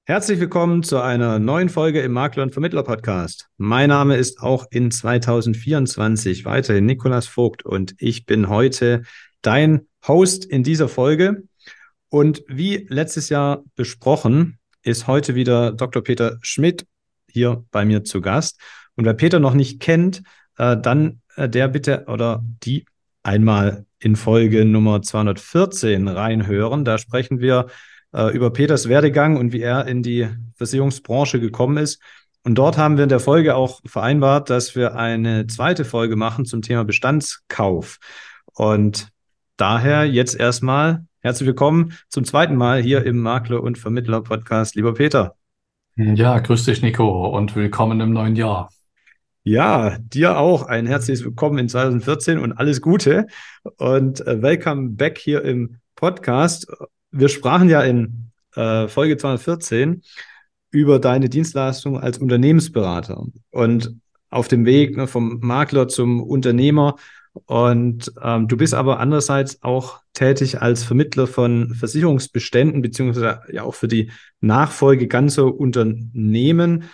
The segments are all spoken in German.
Herzlich willkommen zu einer neuen Folge im Makler- und Vermittler-Podcast. Mein Name ist auch in 2024 weiterhin Nikolas Vogt und ich bin heute dein Host in dieser Folge. Und wie letztes Jahr besprochen, ist heute wieder Dr. Peter Schmidt hier bei mir zu Gast. Und wer Peter noch nicht kennt, dann der bitte oder die einmal in Folge Nummer 214 reinhören. Da sprechen wir über Peters Werdegang und wie er in die Versicherungsbranche gekommen ist. Und dort haben wir in der Folge auch vereinbart, dass wir eine zweite Folge machen zum Thema Bestandskauf. Und daher jetzt erstmal herzlich willkommen zum zweiten Mal hier im Makler- und Vermittler-Podcast, lieber Peter. Ja, grüß dich, Nico, und willkommen im neuen Jahr. Ja, dir auch ein herzliches Willkommen in 2014 und alles Gute und welcome back hier im Podcast. Wir sprachen ja in Folge 214 über deine Dienstleistung als Unternehmensberater und auf dem Weg, ne, vom Makler zum Unternehmer. Und du bist aber andererseits auch tätig als Vermittler von Versicherungsbeständen, beziehungsweise ja auch für die Nachfolge ganzer Unternehmen.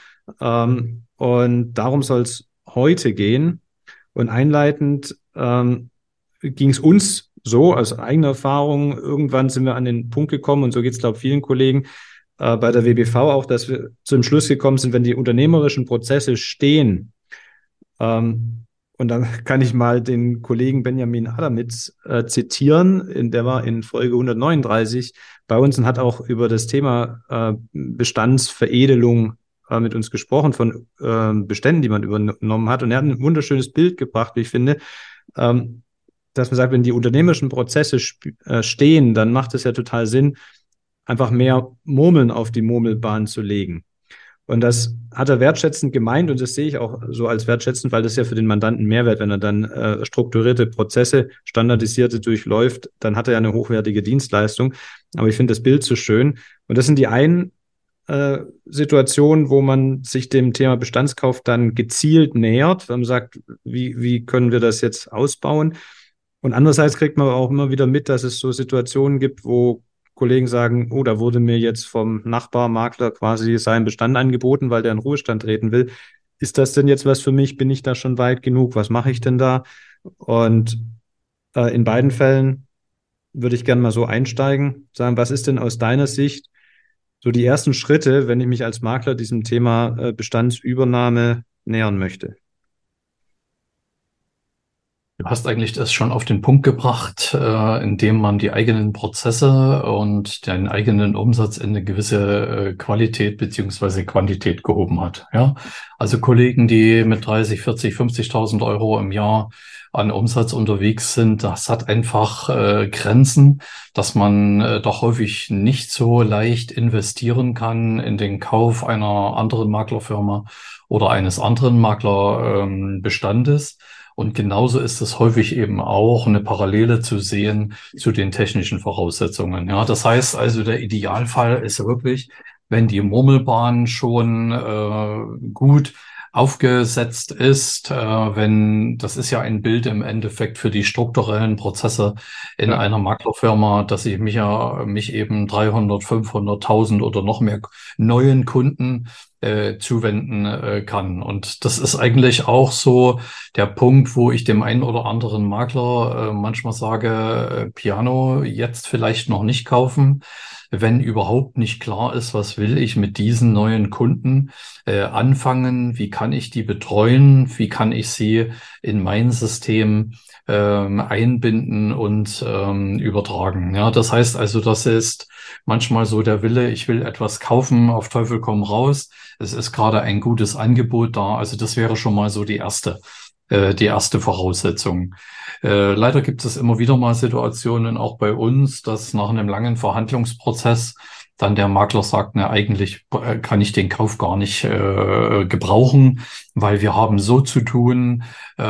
Und darum soll es heute gehen. Und einleitend ging es uns so, aus eigener Erfahrung, irgendwann sind wir an den Punkt gekommen, und so geht es, glaube ich, vielen Kollegen bei der WBV auch, dass wir zum Schluss gekommen sind, wenn die unternehmerischen Prozesse stehen, und dann kann ich mal den Kollegen Benjamin Adamitz zitieren. Der war in Folge 139 bei uns und hat auch über das Thema Bestandsveredelung mit uns gesprochen, von Beständen, die man übernommen hat. Und er hat ein wunderschönes Bild gebracht, wie ich finde, ähm, dass man sagt, wenn die unternehmerischen Prozesse stehen, dann macht es ja total Sinn, einfach mehr Murmeln auf die Murmelbahn zu legen. Und das hat er wertschätzend gemeint und das sehe ich auch so als wertschätzend, weil das ja für den Mandanten Mehrwert, wenn er dann strukturierte Prozesse, standardisierte durchläuft, dann hat er ja eine hochwertige Dienstleistung. Aber ich finde das Bild so schön. Und das sind die einen Situationen, wo man sich dem Thema Bestandskauf dann gezielt nähert, wenn man sagt, wie können wir das jetzt ausbauen? Und andererseits kriegt man auch immer wieder mit, dass es so Situationen gibt, wo Kollegen sagen, oh, da wurde mir jetzt vom Nachbarmakler quasi sein Bestand angeboten, weil der in Ruhestand treten will. Ist das denn jetzt was für mich? Bin ich da schon weit genug? Was mache ich denn da? Und in beiden Fällen würde ich gerne mal so einsteigen, sagen, was ist denn aus deiner Sicht so die ersten Schritte, wenn ich mich als Makler diesem Thema Bestandsübernahme nähern möchte? Du hast eigentlich das schon auf den Punkt gebracht, indem man die eigenen Prozesse und den eigenen Umsatz in eine gewisse Qualität beziehungsweise Quantität gehoben hat. Ja, also Kollegen, die mit 30, 40, 50.000 Euro im Jahr an Umsatz unterwegs sind, das hat einfach Grenzen, dass man doch häufig nicht so leicht investieren kann in den Kauf einer anderen Maklerfirma oder eines anderen Maklerbestandes. Und genauso ist es häufig eben auch eine Parallele zu sehen zu den technischen Voraussetzungen. Ja, das heißt also, der Idealfall ist wirklich, wenn die Murmelbahn schon gut aufgesetzt ist, wenn, das ist ja ein Bild im Endeffekt für die strukturellen Prozesse in Ja. einer Maklerfirma, dass ich mich eben 300, 500.000 oder noch mehr neuen Kunden zuwenden kann. Und das ist eigentlich auch so der Punkt, wo ich dem einen oder anderen Makler manchmal sage, Piano jetzt vielleicht noch nicht kaufen, wenn überhaupt nicht klar ist, was will ich mit diesen neuen Kunden anfangen, wie kann ich die betreuen, wie kann ich sie in mein System einbinden und übertragen. Ja, das heißt also, das ist manchmal so der Wille, ich will etwas kaufen, auf Teufel komm raus. Es ist gerade ein gutes Angebot da. Also das wäre schon mal so die erste Voraussetzung. Leider gibt es immer wieder mal Situationen, auch bei uns, dass nach einem langen Verhandlungsprozess dann der Makler sagt, ne, eigentlich kann ich den Kauf gar nicht gebrauchen, weil wir haben so zu tun,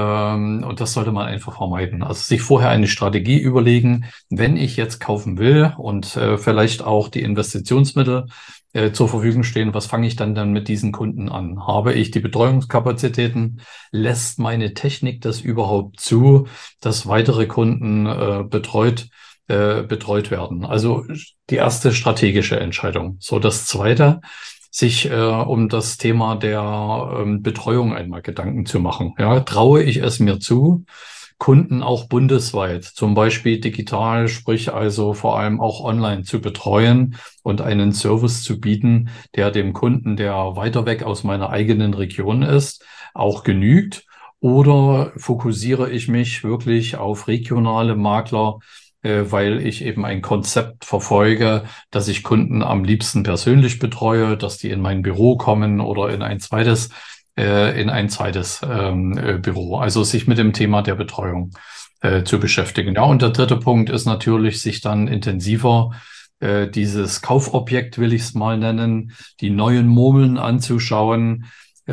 und das sollte man einfach vermeiden. Also sich vorher eine Strategie überlegen, wenn ich jetzt kaufen will und vielleicht auch die Investitionsmittel zur Verfügung stehen, was fange ich dann mit diesen Kunden an? Habe ich die Betreuungskapazitäten? Lässt meine Technik das überhaupt zu, dass weitere Kunden betreut betreut werden. Also die erste strategische Entscheidung. So, das zweite, sich um das Thema der Betreuung einmal Gedanken zu machen. Ja, traue ich es mir zu, Kunden auch bundesweit, zum Beispiel digital, sprich also vor allem auch online zu betreuen und einen Service zu bieten, der dem Kunden, der weiter weg aus meiner eigenen Region ist, auch genügt? Oder fokussiere ich mich wirklich auf regionale Makler, weil ich eben ein Konzept verfolge, dass ich Kunden am liebsten persönlich betreue, dass die in mein Büro kommen oder in ein zweites Büro. Also sich mit dem Thema der Betreuung zu beschäftigen. Ja, und der dritte Punkt ist natürlich, sich dann intensiver dieses Kaufobjekt, will ich es mal nennen, die neuen Murmeln anzuschauen,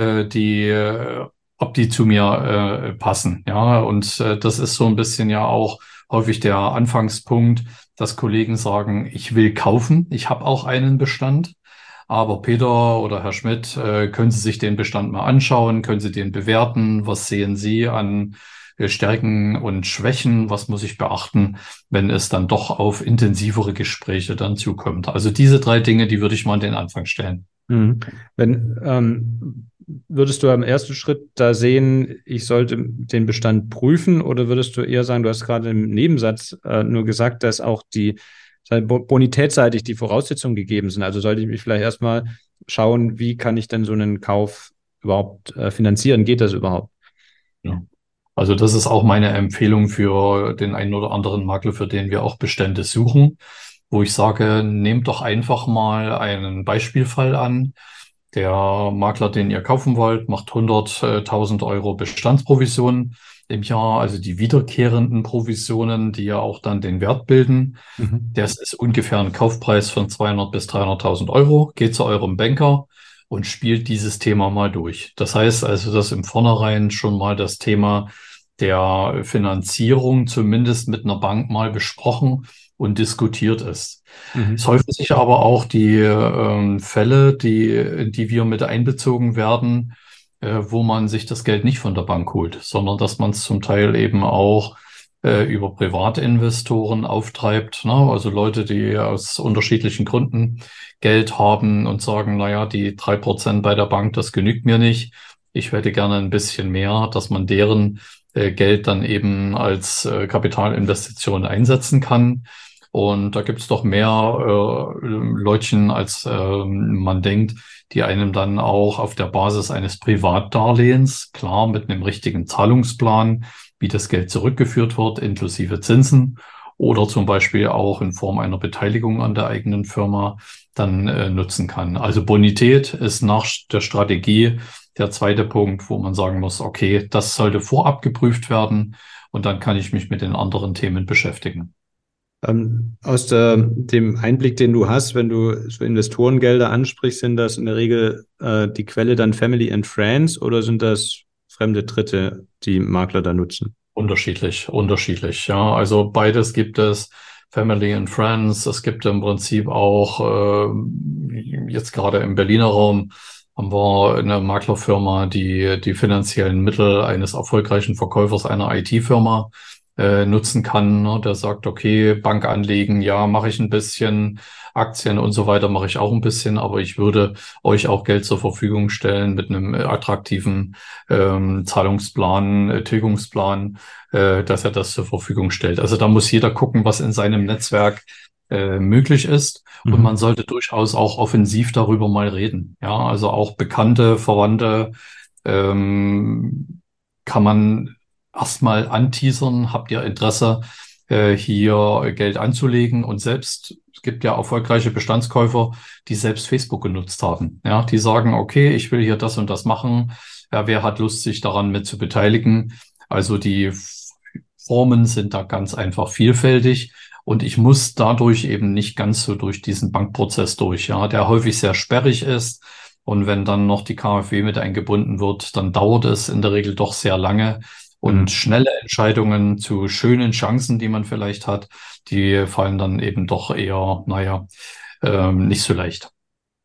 ob die zu mir passen. Ja, und das ist so ein bisschen ja auch häufig der Anfangspunkt, dass Kollegen sagen, ich will kaufen, ich habe auch einen Bestand. Aber Peter oder Herr Schmidt, können Sie sich den Bestand mal anschauen? Können Sie den bewerten? Was sehen Sie an Stärken und Schwächen? Was muss ich beachten, wenn es dann doch auf intensivere Gespräche dann zukommt? Also diese drei Dinge, die würde ich mal an den Anfang stellen. Mhm. Würdest du am ersten Schritt da sehen, ich sollte den Bestand prüfen, oder würdest du eher sagen, du hast gerade im Nebensatz nur gesagt, dass auch bonitätsseitig die Voraussetzungen gegeben sind. Also sollte ich mich vielleicht erstmal schauen, wie kann ich denn so einen Kauf überhaupt finanzieren? Geht das überhaupt? Ja. Also das ist auch meine Empfehlung für den einen oder anderen Makler, für den wir auch Bestände suchen, wo ich sage, nehmt doch einfach mal einen Beispielfall an. Der Makler, den ihr kaufen wollt, macht 100.000 Euro Bestandsprovisionen im Jahr, also die wiederkehrenden Provisionen, die ja auch dann den Wert bilden. Mhm. Das ist ungefähr ein Kaufpreis von 200.000 bis 300.000 Euro. Geht zu eurem Banker und spielt dieses Thema mal durch. Das heißt also, dass im Vornherein schon mal das Thema der Finanzierung zumindest mit einer Bank mal besprochen und diskutiert ist. Es Mhm. häufen sich aber auch die Fälle, in die wir mit einbezogen werden, wo man sich das Geld nicht von der Bank holt, sondern dass man es zum Teil eben auch über Privatinvestoren auftreibt, ne? Also Leute, die aus unterschiedlichen Gründen Geld haben und sagen, naja, die 3% bei der Bank, das genügt mir nicht. Ich hätte gerne ein bisschen mehr, dass man deren Geld dann eben als Kapitalinvestition einsetzen kann. Und da gibt es doch mehr Leutchen, als man denkt, die einem dann auch auf der Basis eines Privatdarlehens, klar mit einem richtigen Zahlungsplan, wie das Geld zurückgeführt wird, inklusive Zinsen oder zum Beispiel auch in Form einer Beteiligung an der eigenen Firma dann nutzen kann. Also Bonität ist nach der Strategie der zweite Punkt, wo man sagen muss, okay, das sollte vorab geprüft werden und dann kann ich mich mit den anderen Themen beschäftigen. Dem Einblick, den du hast, wenn du so Investorengelder ansprichst, sind das in der Regel die Quelle dann Family and Friends, oder sind das fremde Dritte, die Makler da nutzen? Unterschiedlich, unterschiedlich, ja. Also beides gibt es, Family and Friends. Es gibt im Prinzip auch, jetzt gerade im Berliner Raum, haben wir eine Maklerfirma, die die finanziellen Mittel eines erfolgreichen Verkäufers einer IT-Firma nutzen kann. Ne? Der sagt, okay, Bank anlegen, ja, mache ich ein bisschen, Aktien und so weiter mache ich auch ein bisschen, aber ich würde euch auch Geld zur Verfügung stellen mit einem attraktiven Zahlungsplan, Tilgungsplan, dass er das zur Verfügung stellt. Also da muss jeder gucken, was in seinem Netzwerk möglich ist. Und man Mhm. sollte durchaus auch offensiv darüber mal reden. Ja, also auch Bekannte, Verwandte ähm, kann man erstmal anteasern. Habt ihr Interesse, hier Geld anzulegen? Und selbst, es gibt ja erfolgreiche Bestandskäufer, die selbst Facebook genutzt haben. Ja, die sagen, okay, ich will hier das und das machen. Ja, wer hat Lust, sich daran mit zu beteiligen? Also die Formen sind da ganz einfach vielfältig. Und ich muss dadurch eben nicht ganz so durch diesen Bankprozess durch, ja, der häufig sehr sperrig ist. Und wenn dann noch die KfW mit eingebunden wird, dann dauert es in der Regel doch sehr lange. Und Mhm. schnelle Entscheidungen zu schönen Chancen, die man vielleicht hat, die fallen dann eben doch eher, naja, nicht so leicht.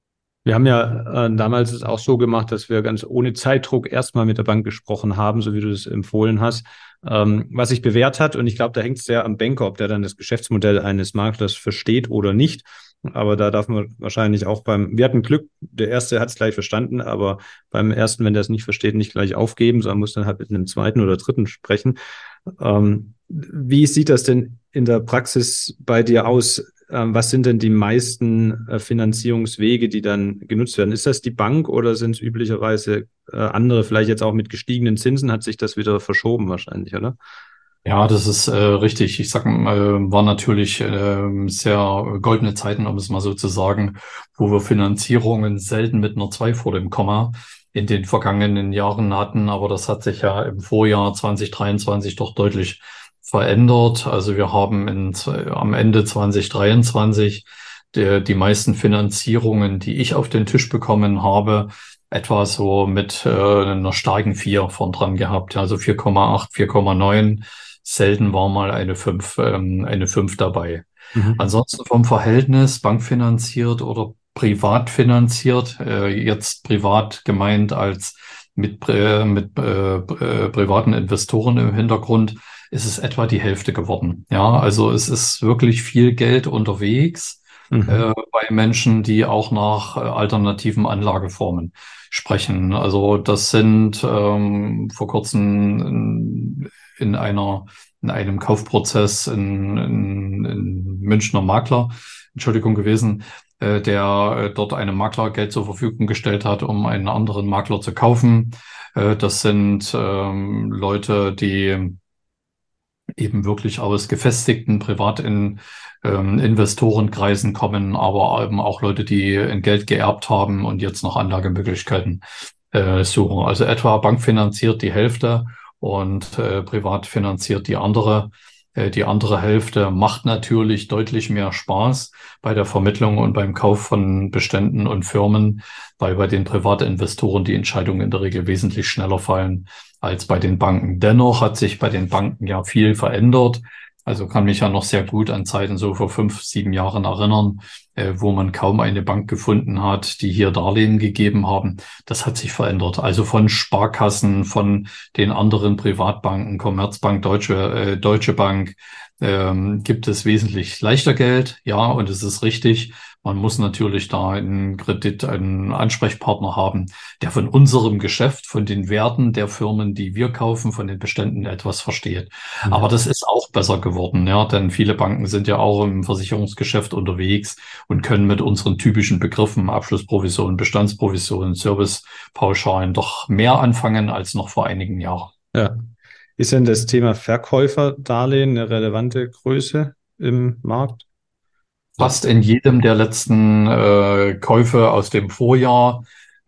Wir haben ja damals es auch so gemacht, dass wir ganz ohne Zeitdruck erstmal mit der Bank gesprochen haben, so wie du das empfohlen hast, was sich bewährt hat. Und ich glaube, da hängt es sehr am Banker, ob der dann das Geschäftsmodell eines Maklers versteht oder nicht. Aber da darf man wahrscheinlich auch wir hatten Glück, der erste hat es gleich verstanden, aber beim ersten, wenn der es nicht versteht, nicht gleich aufgeben, sondern muss dann halt mit einem zweiten oder dritten sprechen. Wie sieht das denn in der Praxis bei dir aus? Was sind denn die meisten Finanzierungswege, die dann genutzt werden? Ist das die Bank oder sind es üblicherweise andere, vielleicht jetzt auch mit gestiegenen Zinsen, hat sich das wieder verschoben wahrscheinlich, oder? Ja, das ist richtig. Ich sag mal, war natürlich sehr goldene Zeiten, um es mal so zu sagen, wo wir Finanzierungen selten mit einer 2 vor dem Komma in den vergangenen Jahren hatten. Aber das hat sich ja im Vorjahr 2023 doch deutlich verändert. Also wir haben am Ende 2023 die meisten Finanzierungen, die ich auf den Tisch bekommen habe, etwa so mit einer starken 4 vorn dran gehabt. Also 4,8, 4,9. Selten war mal eine 5 dabei. Mhm. Ansonsten vom Verhältnis bankfinanziert oder privat finanziert, jetzt privat gemeint als mit privaten Investoren im Hintergrund, ist es etwa die Hälfte geworden. Ja, also es ist wirklich viel Geld unterwegs Mhm. bei Menschen, die auch nach alternativen Anlageformen sprechen. Also das sind vor kurzem in einem Kaufprozess in Münchner Makler, Entschuldigung, gewesen, der dort einem Makler Geld zur Verfügung gestellt hat, um einen anderen Makler zu kaufen. Das sind Leute, die eben wirklich aus gefestigten Investorenkreisen kommen, aber eben auch Leute, die ein Geld geerbt haben und jetzt noch Anlagemöglichkeiten suchen. Also etwa bankfinanziert die Hälfte und privat finanziert die andere. Die andere Hälfte macht natürlich deutlich mehr Spaß bei der Vermittlung und beim Kauf von Beständen und Firmen, weil bei den Privatinvestoren die Entscheidungen in der Regel wesentlich schneller fallen als bei den Banken. Dennoch hat sich bei den Banken ja viel verändert. Also kann mich ja noch sehr gut an Zeiten so vor 5, 7 Jahren erinnern, wo man kaum eine Bank gefunden hat, die hier Darlehen gegeben haben. Das hat sich verändert. Also von Sparkassen, von den anderen Privatbanken, Commerzbank, Deutsche Bank, gibt es wesentlich leichter Geld. Ja, und es ist richtig. Man muss natürlich da einen Ansprechpartner haben, der von unserem Geschäft, von den Werten der Firmen, die wir kaufen, von den Beständen etwas versteht. Aber Mhm. das ist auch besser geworden, ja, denn viele Banken sind ja auch im Versicherungsgeschäft unterwegs und können mit unseren typischen Begriffen Abschlussprovision, Bestandsprovision, Servicepauschalen doch mehr anfangen als noch vor einigen Jahren. Ja. Ist denn das Thema Verkäuferdarlehen eine relevante Größe im Markt? Fast in jedem der letzten Käufe aus dem Vorjahr.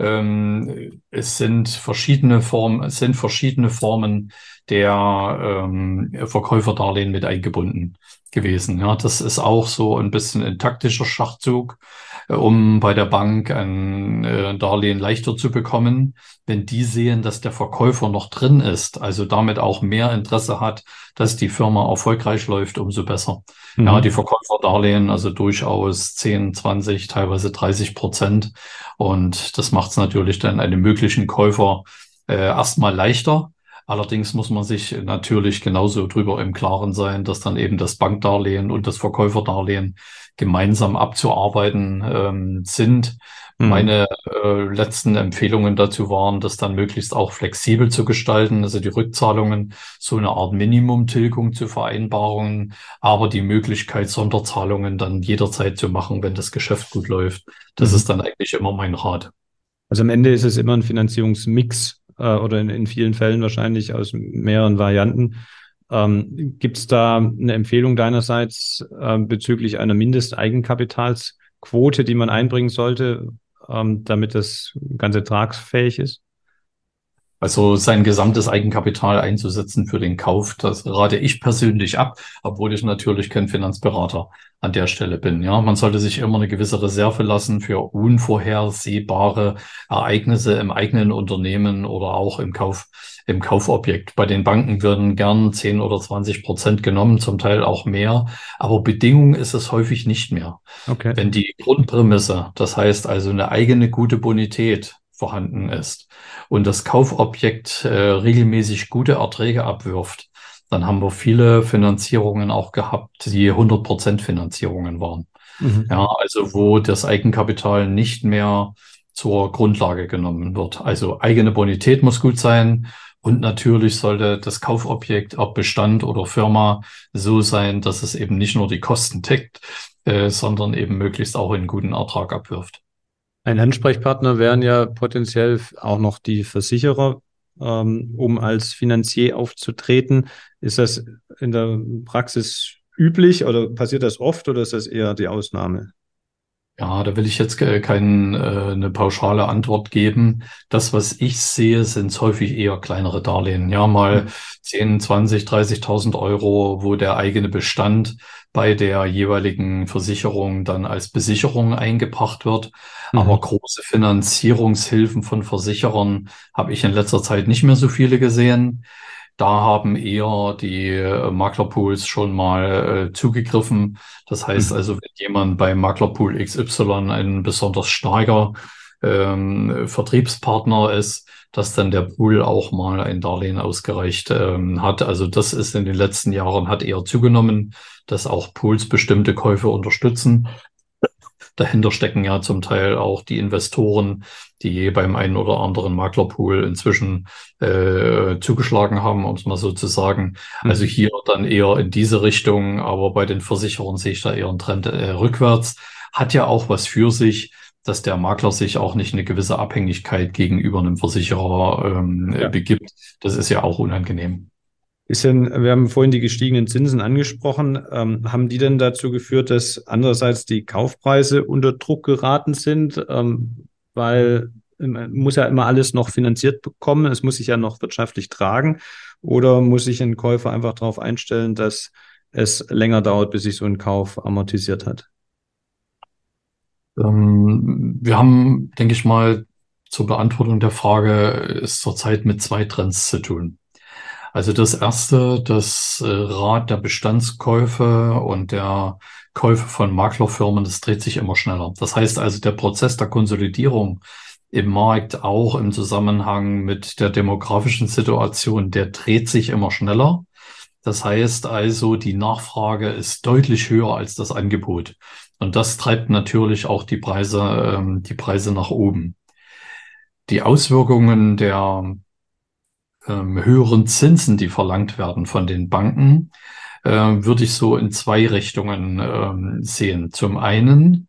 Es sind verschiedene Formen der Verkäuferdarlehen mit eingebunden gewesen. Ja, das ist auch so ein bisschen ein taktischer Schachzug, um bei der Bank ein Darlehen leichter zu bekommen, wenn die sehen, dass der Verkäufer noch drin ist, also damit auch mehr Interesse hat, dass die Firma erfolgreich läuft, umso besser. Ja, die Mhm. Verkäuferdarlehen, also durchaus 10, 20, teilweise 30%. Und das macht es natürlich dann einem möglichen Käufer erstmal leichter. Allerdings muss man sich natürlich genauso drüber im Klaren sein, dass dann eben das Bankdarlehen und das Verkäuferdarlehen gemeinsam abzuarbeiten sind. Mhm. Meine letzten Empfehlungen dazu waren, das dann möglichst auch flexibel zu gestalten, also die Rückzahlungen, so eine Art Minimumtilgung zu vereinbaren, aber die Möglichkeit, Sonderzahlungen dann jederzeit zu machen, wenn das Geschäft gut läuft. Das ist Mhm. dann eigentlich immer mein Rat. Also am Ende ist es immer ein Finanzierungsmix oder in vielen Fällen wahrscheinlich aus mehreren Varianten. Gibt es da eine Empfehlung deinerseits bezüglich einer Mindesteigenkapitalsquote, die man einbringen sollte, damit das Ganze tragfähig ist? Also sein gesamtes Eigenkapital einzusetzen für den Kauf, das rate ich persönlich ab, obwohl ich natürlich kein Finanzberater an der Stelle bin. Ja, man sollte sich immer eine gewisse Reserve lassen für unvorhersehbare Ereignisse im eigenen Unternehmen oder auch im Kaufobjekt. Bei den Banken würden gern 10 oder 20% genommen, zum Teil auch mehr. Aber Bedingung ist es häufig nicht mehr. Okay. Wenn die Grundprämisse, das heißt also eine eigene gute Bonität vorhanden ist und das Kaufobjekt regelmäßig gute Erträge abwirft, dann haben wir viele Finanzierungen auch gehabt, die 100% Finanzierungen waren. Mhm. Ja, also wo das Eigenkapital nicht mehr zur Grundlage genommen wird. Also eigene Bonität muss gut sein und natürlich sollte das Kaufobjekt, ob Bestand oder Firma, so sein, dass es eben nicht nur die Kosten deckt, sondern eben möglichst auch einen guten Ertrag abwirft. Ein Ansprechpartner wären ja potenziell auch noch die Versicherer, um als Finanzier aufzutreten. Ist das in der Praxis üblich oder passiert das oft oder ist das eher die Ausnahme? Ja, da will ich jetzt eine pauschale Antwort geben. Das, was ich sehe, sind häufig eher kleinere Darlehen. Ja, mal Mhm. 10, 20, 30.000 Euro, wo der eigene Bestand bei der jeweiligen Versicherung dann als Besicherung eingebracht wird. Aber Mhm. große Finanzierungshilfen von Versicherern habe ich in letzter Zeit nicht mehr so viele gesehen. Da haben eher die Maklerpools schon mal zugegriffen. Das heißt Mhm. also, wenn jemand bei Maklerpool XY ein besonders starker Vertriebspartner ist, dass dann der Pool auch mal ein Darlehen ausgereicht hat. Also das ist in den letzten Jahren hat eher zugenommen, dass auch Pools bestimmte Käufe unterstützen. Dahinter stecken ja zum Teil auch die Investoren, die beim einen oder anderen Maklerpool inzwischen zugeschlagen haben, um es mal so zu sagen. Also Mhm. hier dann eher in diese Richtung, aber bei den Versicherern sehe ich da eher einen Trend rückwärts. Hat ja auch was für sich, dass der Makler sich auch nicht eine gewisse Abhängigkeit gegenüber einem Versicherer Ja. begibt. Das ist ja auch unangenehm. Wir haben vorhin die gestiegenen Zinsen angesprochen. Haben die denn dazu geführt, dass andererseits die Kaufpreise unter Druck geraten sind? Weil man muss ja immer alles noch finanziert bekommen. Es muss sich ja noch wirtschaftlich tragen. Oder muss sich ein Käufer einfach darauf einstellen, dass es länger dauert, bis sich so ein Kauf amortisiert hat? Wir haben, denke ich mal, zur Beantwortung der Frage ist zurzeit mit zwei Trends zu tun. Also das erste, das Rad der Bestandskäufe und der Käufe von Maklerfirmen, das dreht sich immer schneller. Das heißt also, der Prozess der Konsolidierung im Markt, auch im Zusammenhang mit der demografischen Situation, der dreht sich immer schneller. Das heißt also, die Nachfrage ist deutlich höher als das Angebot. Und das treibt natürlich auch die Preise nach oben. Die Auswirkungen der höheren Zinsen, die verlangt werden von den Banken, würde ich so in zwei Richtungen sehen. Zum einen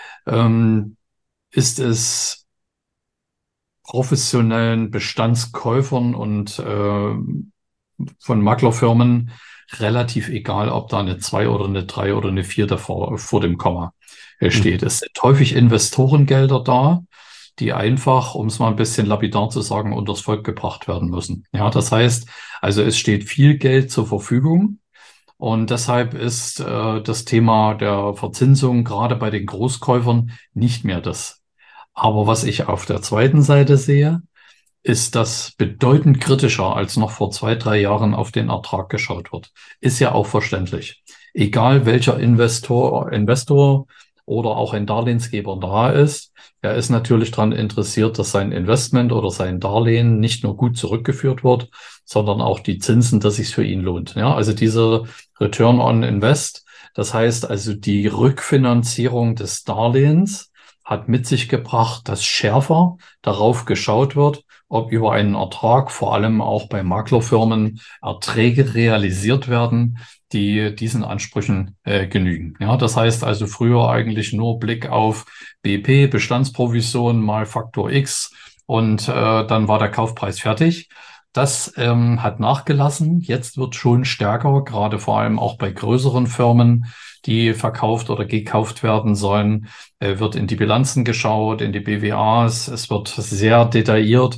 ist es professionellen Bestandskäufern und von Maklerfirmen relativ egal, ob da eine 2 oder eine 3 oder eine 4 davor vor dem Komma steht. Mhm. Es sind häufig Investorengelder da, die einfach, um es mal ein bisschen lapidar zu sagen, unters Volk gebracht werden müssen. Ja, das heißt, also es steht viel Geld zur Verfügung. Und deshalb ist das Thema der Verzinsung gerade bei den Großkäufern nicht mehr das. Aber was ich auf der zweiten Seite sehe, ist das bedeutend kritischer, als noch vor 2, 3 Jahren auf den Ertrag geschaut wird. Ist ja auch verständlich. Egal welcher Investor oder auch ein Darlehensgeber da ist, er ist natürlich daran interessiert, dass sein Investment oder sein Darlehen nicht nur gut zurückgeführt wird, sondern auch die Zinsen, dass es sich für ihn lohnt. Ja, also diese Return on Invest, das heißt also die Rückfinanzierung des Darlehens hat mit sich gebracht, dass schärfer darauf geschaut wird, ob über einen Ertrag, vor allem auch bei Maklerfirmen, Erträge realisiert werden, die diesen Ansprüchen genügen. Ja, das heißt also früher eigentlich nur Blick auf BP, Bestandsprovision mal Faktor X und dann war der Kaufpreis fertig. Das hat nachgelassen. Jetzt wird schon stärker, gerade vor allem auch bei größeren Firmen, die verkauft oder gekauft werden sollen, wird in die Bilanzen geschaut, in die BWAs. Es wird sehr detailliert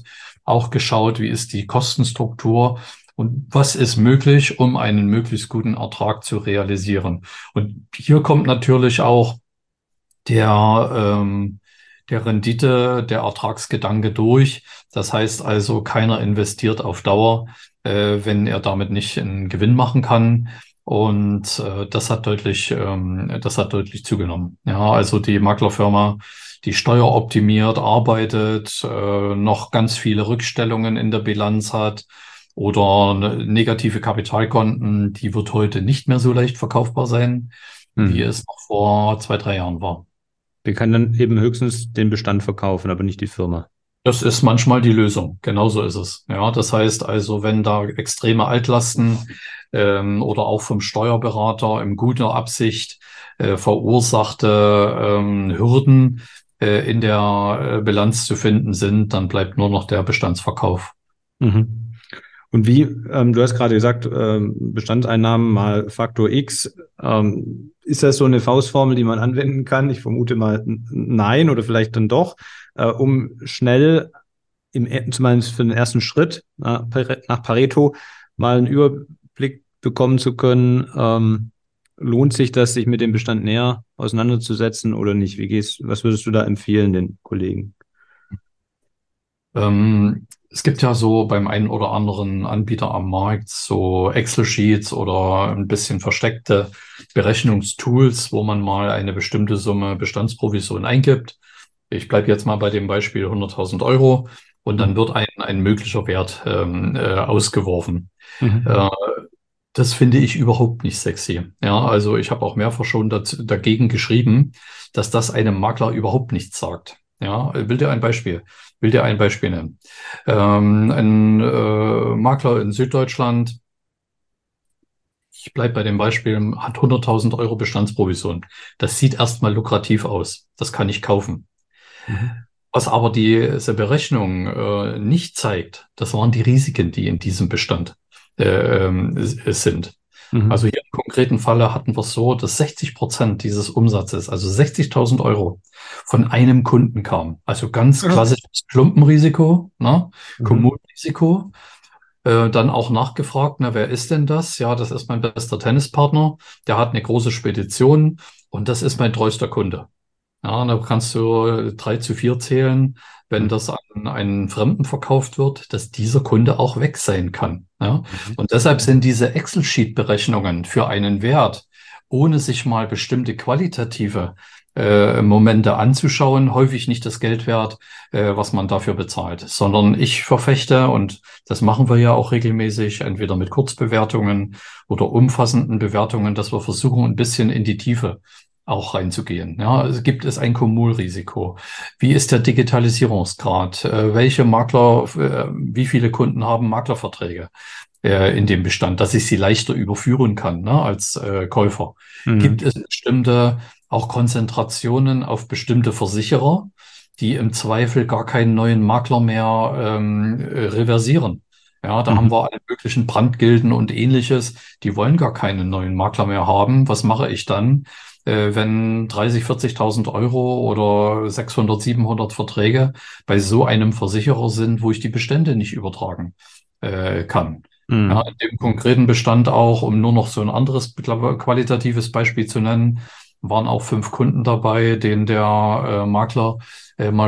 auch geschaut, wie ist die Kostenstruktur und was ist möglich, um einen möglichst guten Ertrag zu realisieren. Und hier kommt natürlich auch der, der Rendite, der Ertragsgedanke durch. Das heißt also, keiner investiert auf Dauer, wenn er damit nicht einen Gewinn machen kann. Und das hat deutlich zugenommen. Ja, also die Maklerfirma, die steueroptimiert arbeitet, noch ganz viele Rückstellungen in der Bilanz hat oder negative Kapitalkonten, die wird heute nicht mehr so leicht verkaufbar sein, wie Hm. es noch vor 2, 3 Jahren war. Wir können dann eben höchstens den Bestand verkaufen, aber nicht die Firma. Das ist manchmal die Lösung. Genauso ist es. Ja, das heißt also, wenn da extreme Altlasten oder auch vom Steuerberater in guter Absicht verursachte Hürden in der Bilanz zu finden sind, dann bleibt nur noch der Bestandsverkauf. Mhm. Und wie, du hast gerade gesagt, Bestandseinnahmen mal Faktor X. Ist das so eine Faustformel, die man anwenden kann? Ich vermute mal nein oder vielleicht dann doch, um schnell zumindest für den ersten Schritt nach Pareto mal einen Überblick bekommen zu können. Lohnt sich das, sich mit dem Bestand näher auseinanderzusetzen oder nicht? Was würdest du da empfehlen den Kollegen? Es gibt ja so beim einen oder anderen Anbieter am Markt so Excel-Sheets oder ein bisschen versteckte Berechnungstools, wo man mal eine bestimmte Summe Bestandsprovision eingibt. Ich bleibe jetzt mal bei dem Beispiel 100.000 Euro und dann wird ein möglicher Wert ausgeworfen. Mhm. Äh, Das finde ich überhaupt nicht sexy. Ja, also ich habe auch mehrfach schon dagegen geschrieben, dass das einem Makler überhaupt nichts sagt. Ja, will dir ein Beispiel nennen. Ein Makler in Süddeutschland, ich bleibe bei dem Beispiel, hat 100.000 Euro Bestandsprovision. Das sieht erstmal lukrativ aus. Das kann ich kaufen. Mhm. Was aber diese Berechnung nicht zeigt, das waren die Risiken, die in diesem Bestand sind. Also Mhm. hier im konkreten Falle hatten wir es so, dass 60% dieses Umsatzes, also 60.000 Euro, von einem Kunden kamen. Also ganz Mhm. klassisches Klumpenrisiko, ne? Mhm. Kommunenrisiko. Dann auch nachgefragt, na, wer ist denn das? Ja, das ist mein bester Tennispartner. Der hat eine große Spedition und das ist mein treuester Kunde. Ja, und da kannst du 3 zu 4 zählen, wenn das an einen Fremden verkauft wird, dass dieser Kunde auch weg sein kann. Ja? Mhm. Und deshalb sind diese Excel-Sheet-Berechnungen für einen Wert, ohne sich mal bestimmte qualitative Momente anzuschauen, häufig nicht das Geld wert, was man dafür bezahlt, sondern ich verfechte, und das machen wir ja auch regelmäßig, entweder mit Kurzbewertungen oder umfassenden Bewertungen, dass wir versuchen, ein bisschen in die Tiefe auch reinzugehen. Ja, also gibt es ein Kumulrisiko? Wie ist der Digitalisierungsgrad? Welche Makler, wie viele Kunden haben Maklerverträge in dem Bestand, dass ich sie leichter überführen kann, ne, als Käufer? Gibt Mhm. es bestimmte auch Konzentrationen auf bestimmte Versicherer, die im Zweifel gar keinen neuen Makler mehr reversieren? Ja, da haben Mhm. wir alle möglichen Brandgilden und ähnliches. Die wollen gar keinen neuen Makler mehr haben. Was mache ich dann? Wenn 30, 40.000 Euro oder 600, 700 Verträge bei so einem Versicherer sind, wo ich die Bestände nicht übertragen kann. Ja, in Mhm. dem konkreten Bestand auch, um nur noch so ein anderes qualitatives Beispiel zu nennen, waren auch 5 Kunden dabei, denen der Makler mal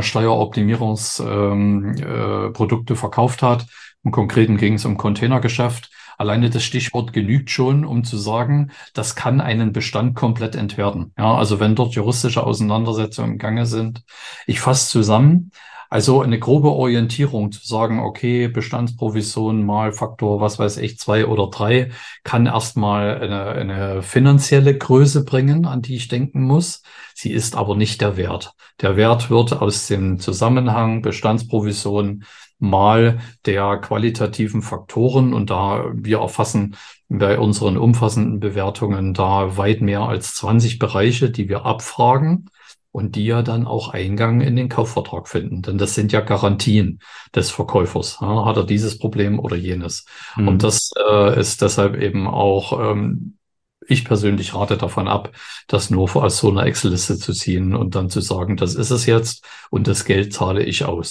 Steueroptimierungsprodukte Produkte verkauft hat. Im Konkreten ging es um Containergeschäft. Alleine das Stichwort genügt schon, um zu sagen, das kann einen Bestand komplett entwerten. Ja, also wenn dort juristische Auseinandersetzungen im Gange sind. Ich fasse zusammen. Also eine grobe Orientierung zu sagen, okay, Bestandsprovision mal Faktor, was weiß ich, 2 oder 3, kann erstmal eine finanzielle Größe bringen, an die ich denken muss. Sie ist aber nicht der Wert. Der Wert wird aus dem Zusammenhang Bestandsprovision mal der qualitativen Faktoren, und da wir erfassen bei unseren umfassenden Bewertungen da weit mehr als 20 Bereiche, die wir abfragen und die ja dann auch Eingang in den Kaufvertrag finden. Denn das sind ja Garantien des Verkäufers. Ja, hat er dieses Problem oder jenes? Und Mhm. das ist deshalb eben auch, ich persönlich rate davon ab, das nur als so eine Excel-Liste zu ziehen und dann zu sagen, das ist es jetzt und das Geld zahle ich aus.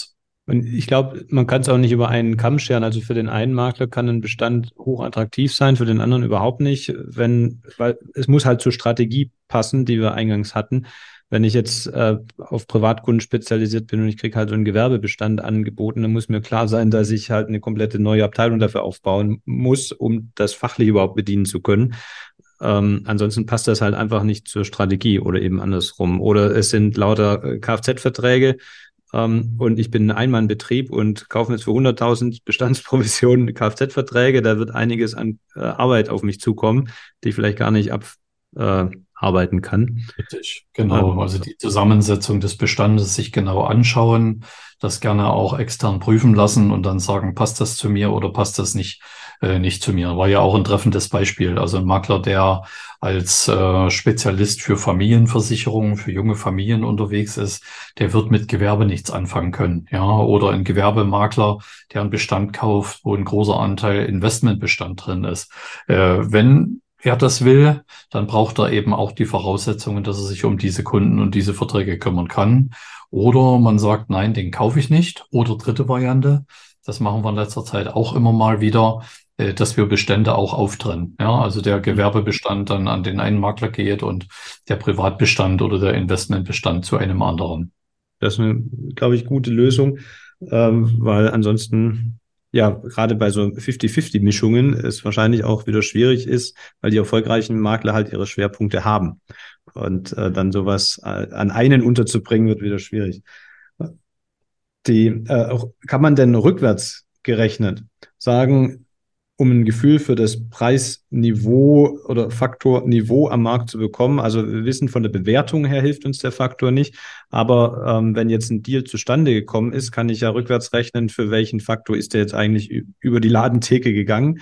Und ich glaube, man kann es auch nicht über einen Kamm scheren. Also für den einen Makler kann ein Bestand hochattraktiv sein, für den anderen überhaupt nicht, weil es muss halt zur Strategie passen, die wir eingangs hatten. Wenn ich jetzt auf Privatkunden spezialisiert bin und ich kriege halt so einen Gewerbebestand angeboten, dann muss mir klar sein, dass ich halt eine komplette neue Abteilung dafür aufbauen muss, um das fachlich überhaupt bedienen zu können. Ansonsten passt das halt einfach nicht zur Strategie oder eben andersrum. Oder es sind lauter Kfz-Verträge, und ich bin ein Einmannbetrieb und kaufe jetzt für 100.000 Bestandsprovisionen Kfz-Verträge. Da wird einiges an Arbeit auf mich zukommen, die ich vielleicht gar nicht abarbeiten kann. Richtig, genau. Ähm, Also die Zusammensetzung des Bestandes sich genau anschauen, das gerne auch extern prüfen lassen und dann sagen, passt das zu mir oder passt das nicht zu mir. War ja auch ein treffendes Beispiel. Also ein Makler, der als Spezialist für Familienversicherungen, für junge Familien unterwegs ist, der wird mit Gewerbe nichts anfangen können. Ja, oder ein Gewerbemakler, der einen Bestand kauft, wo ein großer Anteil Investmentbestand drin ist. Wenn er das will, dann braucht er eben auch die Voraussetzungen, dass er sich um diese Kunden und diese Verträge kümmern kann. Oder man sagt, nein, den kaufe ich nicht. Oder dritte Variante, das machen wir in letzter Zeit auch immer mal wieder, dass wir Bestände auch auftrennen. Ja, also der Gewerbebestand dann an den einen Makler geht und der Privatbestand oder der Investmentbestand zu einem anderen. Das ist eine, glaube ich, gute Lösung, weil ansonsten, ja, gerade bei so 50-50-Mischungen es wahrscheinlich auch wieder schwierig ist, weil die erfolgreichen Makler halt ihre Schwerpunkte haben. Und dann sowas an einen unterzubringen, wird wieder schwierig. Auch, kann man denn rückwärts gerechnet sagen, um ein Gefühl für das Preisniveau oder Faktor Niveau am Markt zu bekommen? Also wir wissen, von der Bewertung her hilft uns der Faktor nicht, aber wenn jetzt ein Deal zustande gekommen ist, kann ich ja rückwärts rechnen, für welchen Faktor ist der jetzt eigentlich über die Ladentheke gegangen.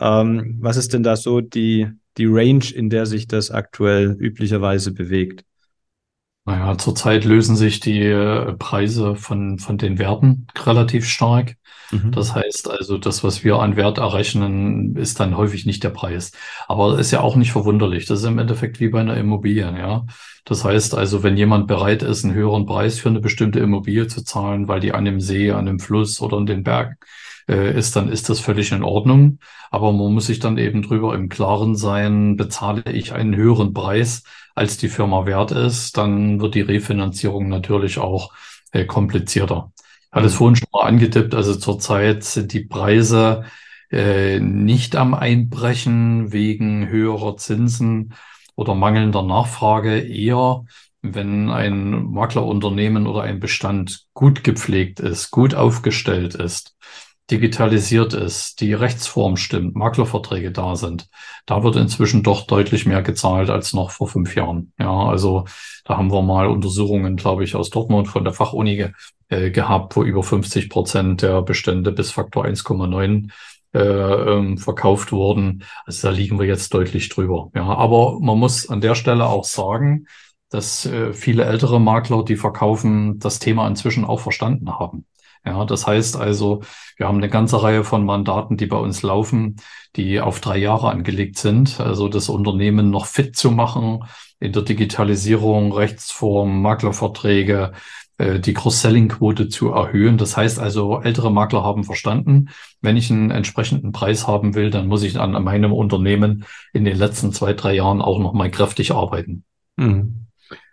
Was ist denn da so die Range, in der sich das aktuell üblicherweise bewegt? Naja, zurzeit lösen sich die Preise von den Werten relativ stark. Das Mhm. heißt also, das, was wir an Wert errechnen, ist dann häufig nicht der Preis. Aber ist ja auch nicht verwunderlich. Das ist im Endeffekt wie bei einer Immobilie, ja. Das heißt also, wenn jemand bereit ist, einen höheren Preis für eine bestimmte Immobilie zu zahlen, weil die an dem See, an dem Fluss oder an den Bergen ist, dann ist das völlig in Ordnung. Aber man muss sich dann eben drüber im Klaren sein, bezahle ich einen höheren Preis, als die Firma wert ist, dann wird die Refinanzierung natürlich auch komplizierter. Ich hatte es Mhm. vorhin schon mal angetippt, also zurzeit sind die Preise nicht am Einbrechen wegen höherer Zinsen oder mangelnder Nachfrage, eher wenn ein Maklerunternehmen oder ein Bestand gut gepflegt ist, gut aufgestellt ist, digitalisiert ist, die Rechtsform stimmt, Maklerverträge da sind. Da wird inzwischen doch deutlich mehr gezahlt als noch vor 5 Jahren. Ja, also da haben wir mal Untersuchungen, glaube ich, aus Dortmund von der Fachuni gehabt, wo über 50% der Bestände bis Faktor 1,9 verkauft wurden. Also da liegen wir jetzt deutlich drüber. Ja, aber man muss an der Stelle auch sagen, dass viele ältere Makler, die verkaufen, das Thema inzwischen auch verstanden haben. Ja, das heißt also, wir haben eine ganze Reihe von Mandaten, die bei uns laufen, die auf 3 Jahre angelegt sind. Also das Unternehmen noch fit zu machen in der Digitalisierung, Rechtsform, Maklerverträge, die Cross-Selling-Quote zu erhöhen. Das heißt also, ältere Makler haben verstanden, wenn ich einen entsprechenden Preis haben will, dann muss ich an meinem Unternehmen in den letzten 2, 3 Jahren auch noch mal kräftig arbeiten. Mhm.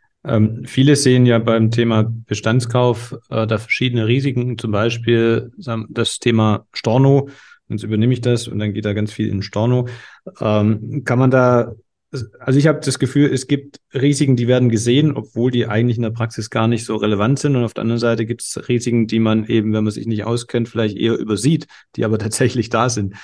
Viele sehen ja beim Thema Bestandskauf da verschiedene Risiken, zum Beispiel das Thema Storno. Jetzt übernehme ich das und dann geht da ganz viel in Storno. Kann man da, also ich habe das Gefühl, es gibt Risiken, die werden gesehen, obwohl die eigentlich in der Praxis gar nicht so relevant sind. Und auf der anderen Seite gibt es Risiken, die man eben, wenn man sich nicht auskennt, vielleicht eher übersieht, die aber tatsächlich da sind.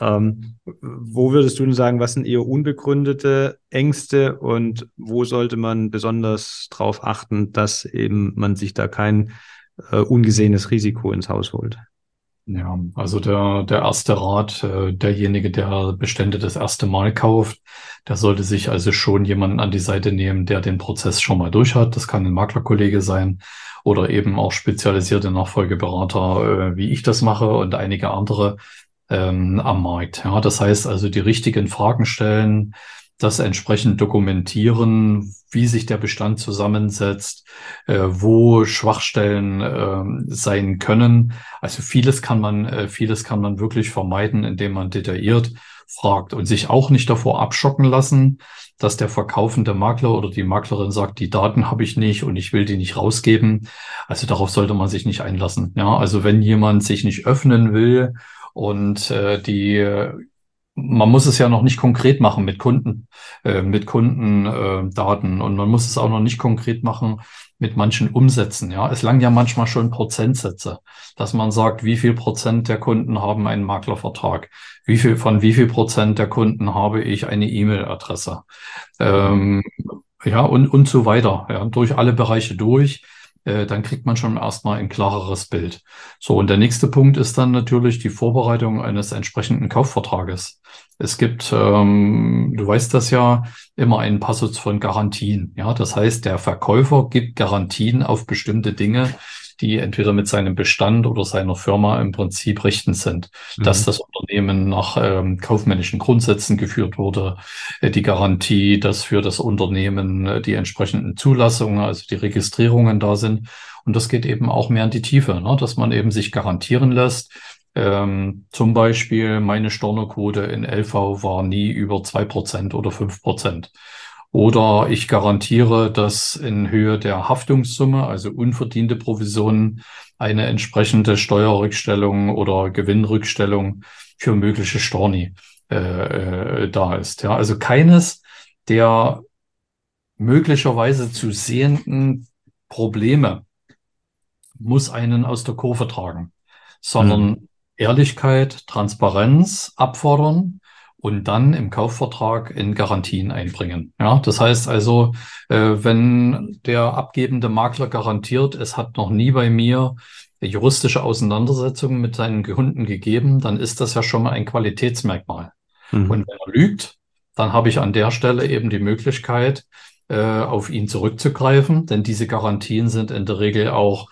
Wo würdest du denn sagen, was sind eher unbegründete Ängste und wo sollte man besonders darauf achten, dass eben man sich da kein ungesehenes Risiko ins Haus holt? Ja, also der erste Rat, derjenige, der Bestände das erste Mal kauft, der sollte sich also schon jemanden an die Seite nehmen, der den Prozess schon mal durch hat. Das kann ein Maklerkollege sein oder eben auch spezialisierte Nachfolgeberater, wie ich das mache und einige andere am Markt. Ja, das heißt also die richtigen Fragen stellen, das entsprechend dokumentieren, wie sich der Bestand zusammensetzt, wo Schwachstellen sein können. Also vieles kann man wirklich vermeiden, indem man detailliert fragt und sich auch nicht davor abschocken lassen, dass der verkaufende Makler oder die Maklerin sagt, die Daten habe ich nicht und ich will die nicht rausgeben. Also darauf sollte man sich nicht einlassen. Ja, also wenn jemand sich nicht öffnen will und man muss es ja noch nicht konkret machen mit Kundendaten und man muss es auch noch nicht konkret machen mit manchen Umsätzen. Ja, es langen ja manchmal schon Prozentsätze, dass man sagt, wie viel Prozent der Kunden haben einen Maklervertrag, von wie viel Prozent der Kunden habe ich eine E-Mail-Adresse, ähm, ja und so weiter. Ja, durch alle Bereiche durch. Dann kriegt man schon erstmal ein klareres Bild. So, und der nächste Punkt ist dann natürlich die Vorbereitung eines entsprechenden Kaufvertrages. Es gibt, du weißt das ja, immer einen Passus von Garantien. Ja, das heißt, der Verkäufer gibt Garantien auf bestimmte Dinge, die entweder mit seinem Bestand oder seiner Firma im Prinzip richtend sind. Dass Mhm. das Unternehmen nach kaufmännischen Grundsätzen geführt wurde, die Garantie, dass für das Unternehmen die entsprechenden Zulassungen, also die Registrierungen da sind. Und das geht eben auch mehr in die Tiefe, ne? Dass man eben sich garantieren lässt. Zum Beispiel meine Stornoquote in LV war nie über 2% oder 5%. Oder ich garantiere, dass in Höhe der Haftungssumme, also unverdiente Provisionen, eine entsprechende Steuerrückstellung oder Gewinnrückstellung für mögliche Storni da ist. Ja, also keines der möglicherweise zu sehenden Probleme muss einen aus der Kurve tragen, Mhm. sondern Ehrlichkeit, Transparenz abfordern und dann im Kaufvertrag in Garantien einbringen. Ja, das heißt also, wenn der abgebende Makler garantiert, es hat noch nie bei mir juristische Auseinandersetzungen mit seinen Kunden gegeben, dann ist das ja schon mal ein Qualitätsmerkmal. Mhm. Und wenn er lügt, dann habe ich an der Stelle eben die Möglichkeit, auf ihn zurückzugreifen, denn diese Garantien sind in der Regel auch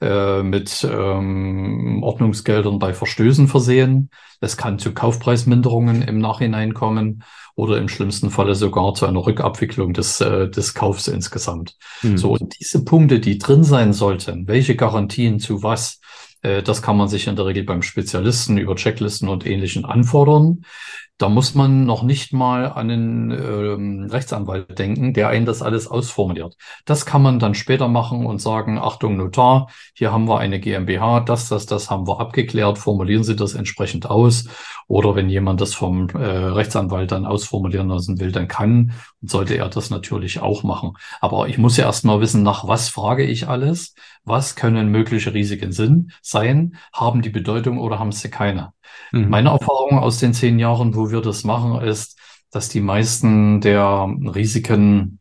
mit Ordnungsgeldern bei Verstößen versehen. Es kann zu Kaufpreisminderungen im Nachhinein kommen oder im schlimmsten Falle sogar zu einer Rückabwicklung des Kaufs insgesamt. So, Mhm. und diese Punkte, die drin sein sollten, welche Garantien zu was, das kann man sich in der Regel beim Spezialisten über Checklisten und Ähnlichen anfordern. Da muss man noch nicht mal an einen Rechtsanwalt denken, der einen das alles ausformuliert. Das kann man dann später machen und sagen, Achtung, Notar, hier haben wir eine GmbH, das haben wir abgeklärt, formulieren Sie das entsprechend aus. Oder wenn jemand das vom Rechtsanwalt dann ausformulieren lassen will, dann kann und sollte er das natürlich auch machen. Aber ich muss ja erst mal wissen, nach was frage ich alles? Was können mögliche Risiken sein? Haben die Bedeutung oder haben sie keine? Mhm. Meine Erfahrung aus den 10 Jahren, wo wir das machen, ist, dass die meisten der Risiken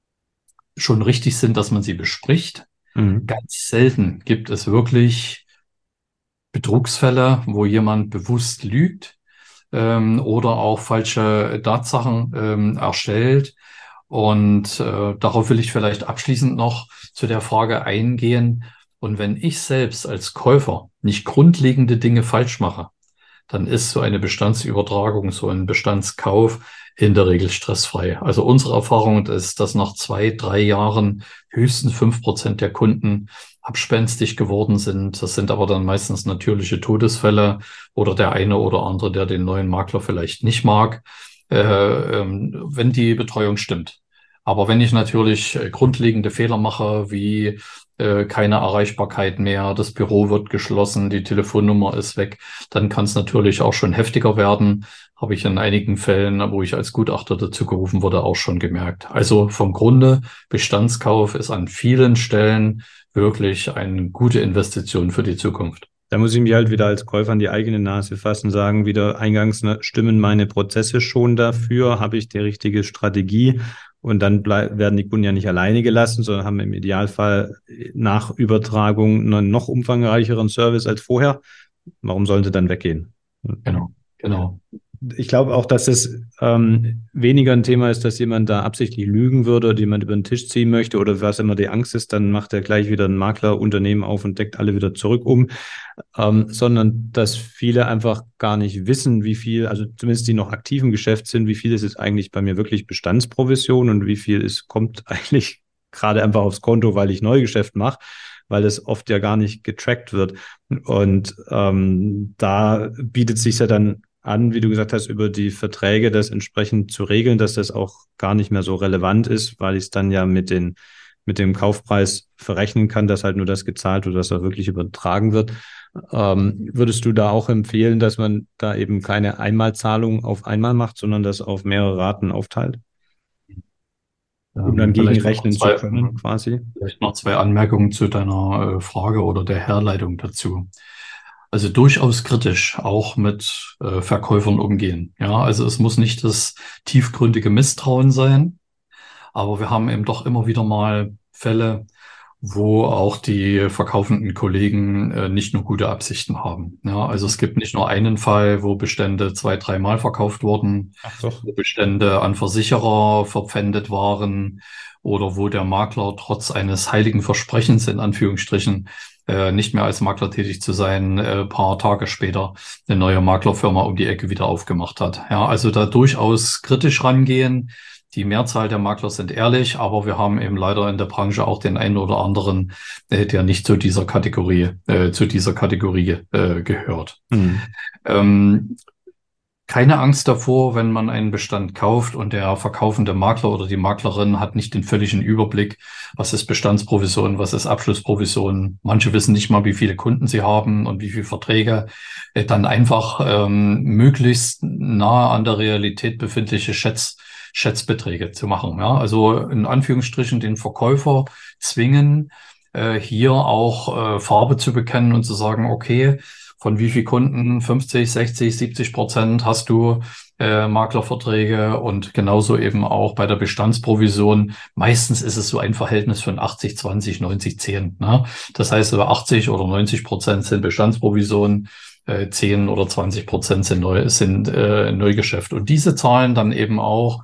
schon richtig sind, dass man sie bespricht. Mhm. Ganz selten gibt es wirklich Betrugsfälle, wo jemand bewusst lügt oder auch falsche Tatsachen erstellt. Und darauf will ich vielleicht abschließend noch zu der Frage eingehen. Und wenn ich selbst als Käufer nicht grundlegende Dinge falsch mache, dann ist so eine Bestandsübertragung, so ein Bestandskauf in der Regel stressfrei. Also unsere Erfahrung ist, dass nach 2, 3 Jahren höchstens 5% der Kunden abspenstig geworden sind. Das sind aber dann meistens natürliche Todesfälle oder der eine oder andere, der den neuen Makler vielleicht nicht mag, wenn die Betreuung stimmt. Aber wenn ich natürlich grundlegende Fehler mache, wie keine Erreichbarkeit mehr, das Büro wird geschlossen, die Telefonnummer ist weg, dann kann es natürlich auch schon heftiger werden. Habe ich in einigen Fällen, wo ich als Gutachter dazu gerufen wurde, auch schon gemerkt. Also vom Grunde, Bestandskauf ist an vielen Stellen wirklich eine gute Investition für die Zukunft. Da muss ich mich halt wieder als Käufer an die eigene Nase fassen, sagen wieder eingangs, ne, stimmen meine Prozesse schon dafür, habe ich die richtige Strategie und dann werden die Kunden ja nicht alleine gelassen, sondern haben im Idealfall nach Übertragung einen noch umfangreicheren Service als vorher. Warum sollen sie dann weggehen? Genau, genau. Ich glaube auch, dass es weniger ein Thema ist, dass jemand da absichtlich lügen würde oder jemand über den Tisch ziehen möchte oder was immer die Angst ist, dann macht er gleich wieder ein Maklerunternehmen auf und deckt alle wieder zurück um, sondern dass viele einfach gar nicht wissen, wie viel, also zumindest die noch aktiv im Geschäft sind, wie viel ist jetzt eigentlich bei mir wirklich Bestandsprovision und wie viel ist, kommt eigentlich gerade einfach aufs Konto, weil ich Neugeschäft mache, weil das oft ja gar nicht getrackt wird. Und da bietet sich ja dann an, wie du gesagt hast, über die Verträge das entsprechend zu regeln, dass das auch gar nicht mehr so relevant ist, weil ich es dann ja mit dem Kaufpreis verrechnen kann, dass halt nur das gezahlt wird, was auch wirklich übertragen wird. Würdest du da auch empfehlen, dass man da eben keine Einmalzahlung auf einmal macht, sondern das auf mehrere Raten aufteilt, um dann Vielleicht noch gegenrechnen zu können, quasi? vielleicht noch zwei Anmerkungen zu deiner Frage oder der Herleitung dazu. Also durchaus kritisch auch mit Verkäufern umgehen. Ja, also es muss nicht das tiefgründige Misstrauen sein, aber wir haben eben doch immer wieder mal Fälle, wo auch die verkaufenden Kollegen nicht nur gute Absichten haben. Ja, also es gibt nicht nur einen Fall, wo Bestände zwei, dreimal verkauft wurden, Ach doch. wo Bestände an Versicherer verpfändet waren oder wo der Makler trotz eines heiligen Versprechens in Anführungsstrichen nicht mehr als Makler tätig zu sein, paar Tage später eine neue Maklerfirma um die Ecke wieder aufgemacht hat. Ja, also da durchaus kritisch rangehen. Die Mehrzahl der Makler sind ehrlich, aber wir haben eben leider in der Branche auch den einen oder anderen, der nicht zu dieser Kategorie gehört. Hm. Ähm, Keine Angst davor, wenn man einen Bestand kauft und der verkaufende Makler oder die Maklerin hat nicht den völligen Überblick, was ist Bestandsprovision, was ist Abschlussprovision. Manche wissen nicht mal, wie viele Kunden sie haben und wie viele Verträge. Dann einfach möglichst nahe an der Realität befindliche Schätzbeträge zu machen. Ja? Also in Anführungsstrichen den Verkäufer zwingen, hier auch Farbe zu bekennen und zu sagen, okay, von wie viel Kunden, 50, 60, 70% hast du Maklerverträge und genauso eben auch bei der Bestandsprovision. Meistens ist es so ein Verhältnis von 80, 20, 90, 10. Ne? Das heißt, über 80 oder 90% sind Bestandsprovisionen, 10 oder 20% sind Neugeschäft. Und diese Zahlen dann eben auch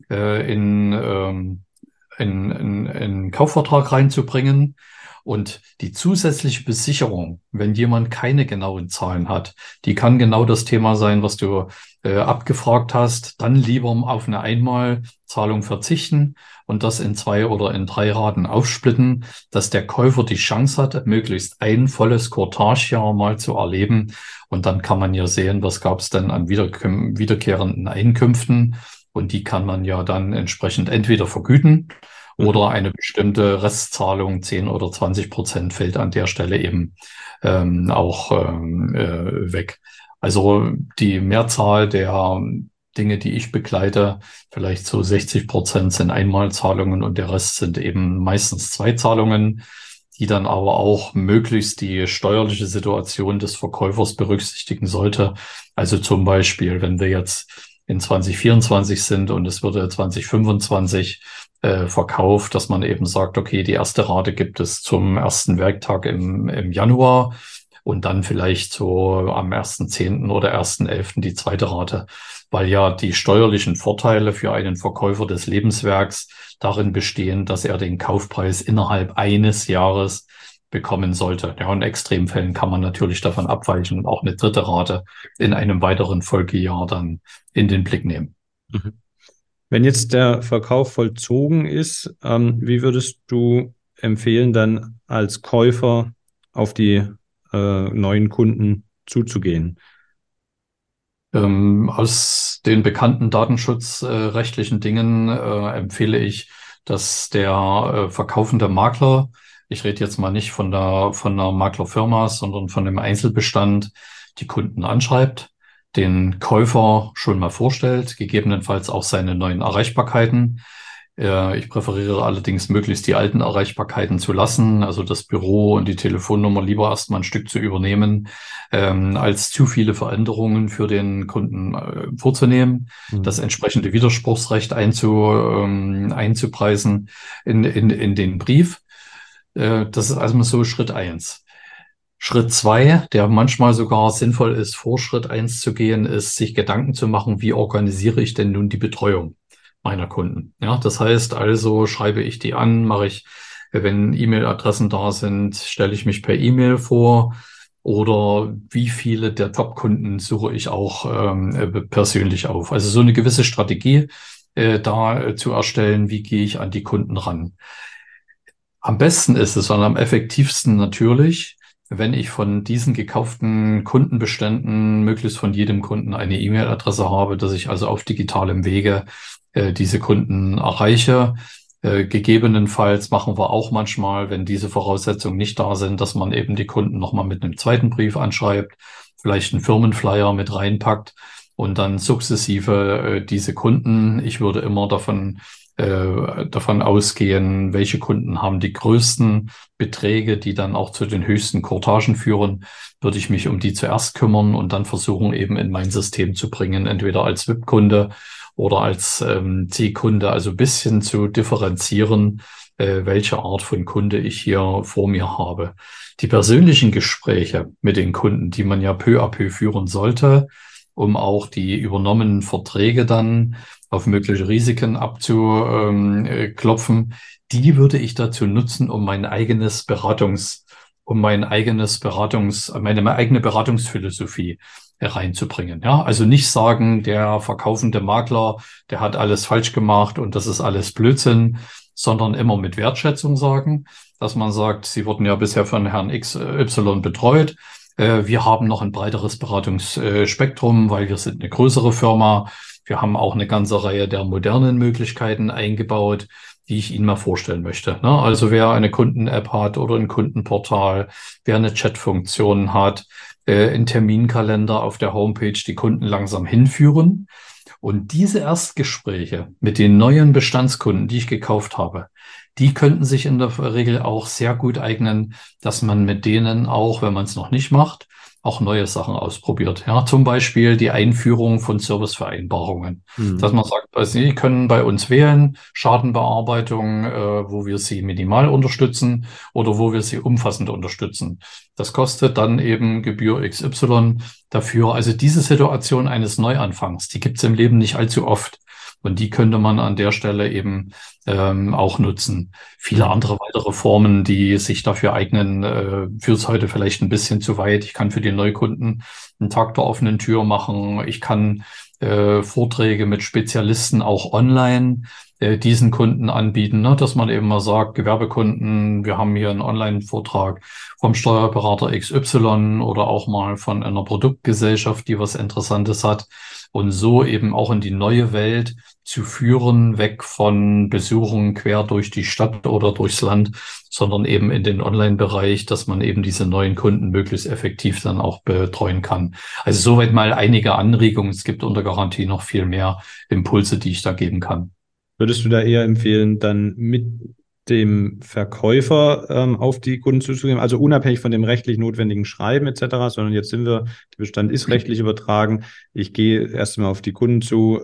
in Kaufvertrag reinzubringen. Und die zusätzliche Besicherung, wenn jemand keine genauen Zahlen hat, die kann genau das Thema sein, was du abgefragt hast, dann lieber auf eine Einmalzahlung verzichten und das in 2 oder in 3 Raten aufsplitten, dass der Käufer die Chance hat, möglichst ein volles Courtagejahr mal zu erleben. Und dann kann man ja sehen, was gab es denn an wiederkehrenden Einkünften. Und die kann man ja dann entsprechend entweder vergüten oder eine bestimmte Restzahlung, 10 oder 20% fällt an der Stelle eben auch weg. Also die Mehrzahl der Dinge, die ich begleite, vielleicht so 60% sind Einmalzahlungen und der Rest sind eben meistens Zweizahlungen, die dann aber auch möglichst die steuerliche Situation des Verkäufers berücksichtigen sollte. Also zum Beispiel, wenn wir jetzt in 2024 sind und es würde 2025 verkauft, dass man eben sagt, okay, die erste Rate gibt es zum ersten Werktag im Januar und dann vielleicht so am 1.10. oder 1.11. die zweite Rate, weil ja die steuerlichen Vorteile für einen Verkäufer des Lebenswerks darin bestehen, dass er den Kaufpreis innerhalb eines Jahres bekommen sollte. Ja, in Extremfällen kann man natürlich davon abweichen und auch eine dritte Rate in einem weiteren Folgejahr dann in den Blick nehmen. Mhm. Wenn jetzt der Verkauf vollzogen ist, wie würdest du empfehlen, dann als Käufer auf die neuen Kunden zuzugehen? Aus den bekannten datenschutzrechtlichen Dingen empfehle ich, dass der verkaufende Makler, ich rede jetzt mal nicht von der Maklerfirma, sondern von dem Einzelbestand, die Kunden anschreibt, den Käufer schon mal vorstellt, gegebenenfalls auch seine neuen Erreichbarkeiten. Ich präferiere allerdings möglichst die alten Erreichbarkeiten zu lassen, also das Büro und die Telefonnummer lieber erstmal ein Stück zu übernehmen, als zu viele Veränderungen für den Kunden vorzunehmen, das entsprechende Widerspruchsrecht einzupreisen in den Brief. Das ist also so Schritt 1. Schritt zwei, der manchmal sogar sinnvoll ist, vor Schritt eins zu gehen, ist, sich Gedanken zu machen, wie organisiere ich denn nun die Betreuung meiner Kunden? Ja, das heißt also, schreibe ich die an, mache ich, wenn E-Mail-Adressen da sind, stelle ich mich per E-Mail vor oder wie viele der Top-Kunden suche ich auch persönlich auf? Also so eine gewisse Strategie zu erstellen, wie gehe ich an die Kunden ran? Am besten ist es und am effektivsten natürlich, wenn ich von diesen gekauften Kundenbeständen möglichst von jedem Kunden eine E-Mail-Adresse habe, dass ich also auf digitalem Wege diese Kunden erreiche. Gegebenenfalls machen wir auch manchmal, wenn diese Voraussetzungen nicht da sind, dass man eben die Kunden nochmal mit einem zweiten Brief anschreibt, vielleicht einen Firmenflyer mit reinpackt und dann sukzessive diese Kunden, ich würde immer davon ausgehen, welche Kunden haben die größten Beträge, die dann auch zu den höchsten Courtagen führen, würde ich mich um die zuerst kümmern und dann versuchen, eben in mein System zu bringen, entweder als VIP-Kunde oder als C-Kunde, also ein bisschen zu differenzieren, welche Art von Kunde ich hier vor mir habe. Die persönlichen Gespräche mit den Kunden, die man ja peu à peu führen sollte, um auch die übernommenen Verträge dann auf mögliche Risiken abzuklopfen, die würde ich dazu nutzen, um meine eigene Beratungsphilosophie reinzubringen. Ja, also nicht sagen, der verkaufende Makler, der hat alles falsch gemacht und das ist alles Blödsinn, sondern immer mit Wertschätzung sagen, dass man sagt, Sie wurden ja bisher von Herrn XY betreut. Wir haben noch ein breiteres Beratungsspektrum, weil wir sind eine größere Firma. Wir haben auch eine ganze Reihe der modernen Möglichkeiten eingebaut, die ich Ihnen mal vorstellen möchte. Ne? Also wer eine Kunden-App hat oder ein Kundenportal, wer eine Chat-Funktion hat, einen Terminkalender auf der Homepage, die Kunden langsam hinführen. Und diese Erstgespräche mit den neuen Bestandskunden, die ich gekauft habe, die könnten sich in der Regel auch sehr gut eignen, dass man mit denen auch, wenn man es noch nicht macht, auch neue Sachen ausprobiert. Ja, zum Beispiel die Einführung von Servicevereinbarungen. Dass Mhm. man sagt, also Sie können bei uns wählen, Schadenbearbeitung, wo wir Sie minimal unterstützen oder wo wir Sie umfassend unterstützen. Das kostet dann eben Gebühr XY dafür. Also diese Situation eines Neuanfangs, die gibt es im Leben nicht allzu oft. Und die könnte man an der Stelle eben auch nutzen. Viele Mhm. andere weitere Formen, die sich dafür eignen, führt heute vielleicht ein bisschen zu weit. Ich kann für die Neukunden einen Tag der offenen Tür machen. Ich kann Vorträge mit Spezialisten auch online diesen Kunden anbieten, ne? Dass man eben mal sagt, Gewerbekunden, wir haben hier einen Online-Vortrag vom Steuerberater XY oder auch mal von einer Produktgesellschaft, die was Interessantes hat und so eben auch in die neue Welt zu führen, weg von Besuchen quer durch die Stadt oder durchs Land, sondern eben in den Online-Bereich, dass man eben diese neuen Kunden möglichst effektiv dann auch betreuen kann. Also soweit mal einige Anregungen. Es gibt unter Garantie noch viel mehr Impulse, die ich da geben kann. Würdest du da eher empfehlen, dann mit dem Verkäufer auf die Kunden zuzugehen, also unabhängig von dem rechtlich notwendigen Schreiben etc., sondern jetzt sind wir, der Bestand ist rechtlich übertragen, ich gehe erst mal auf die Kunden zu.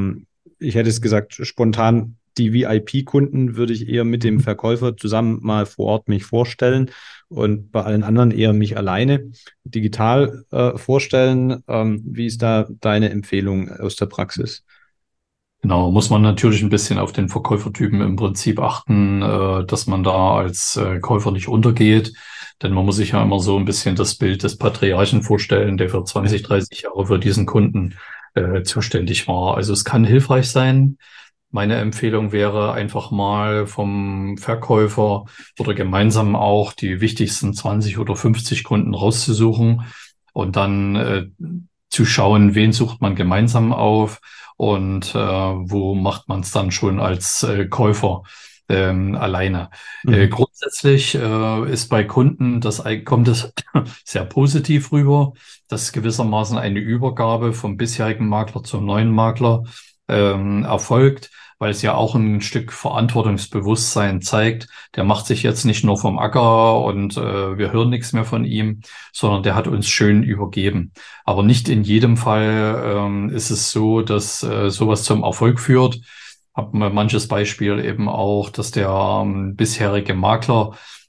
Ich hätte es gesagt, spontan die VIP-Kunden würde ich eher mit dem Verkäufer zusammen mal vor Ort mich vorstellen und bei allen anderen eher mich alleine digital vorstellen. Wie ist da deine Empfehlung aus der Praxis? Genau, muss man natürlich ein bisschen auf den Verkäufertypen im Prinzip achten, dass man da als Käufer nicht untergeht. Denn man muss sich ja immer so ein bisschen das Bild des Patriarchen vorstellen, der für 20, 30 Jahre für diesen Kunden zuständig war. Also es kann hilfreich sein. Meine Empfehlung wäre einfach mal vom Verkäufer oder gemeinsam auch die wichtigsten 20 oder 50 Kunden rauszusuchen und dann zu schauen, wen sucht man gemeinsam auf und wo macht man es dann schon als Käufer alleine. Mhm. Grundsätzlich ist bei Kunden kommt es sehr positiv rüber, dass gewissermaßen eine Übergabe vom bisherigen Makler zum neuen Makler erfolgt, weil es ja auch ein Stück Verantwortungsbewusstsein zeigt. Der macht sich jetzt nicht nur vom Acker und wir hören nichts mehr von ihm, sondern der hat uns schön übergeben. Aber nicht in jedem Fall ist es so, dass sowas zum Erfolg führt. Hab mal manches Beispiel eben auch, dass der bisherige Makler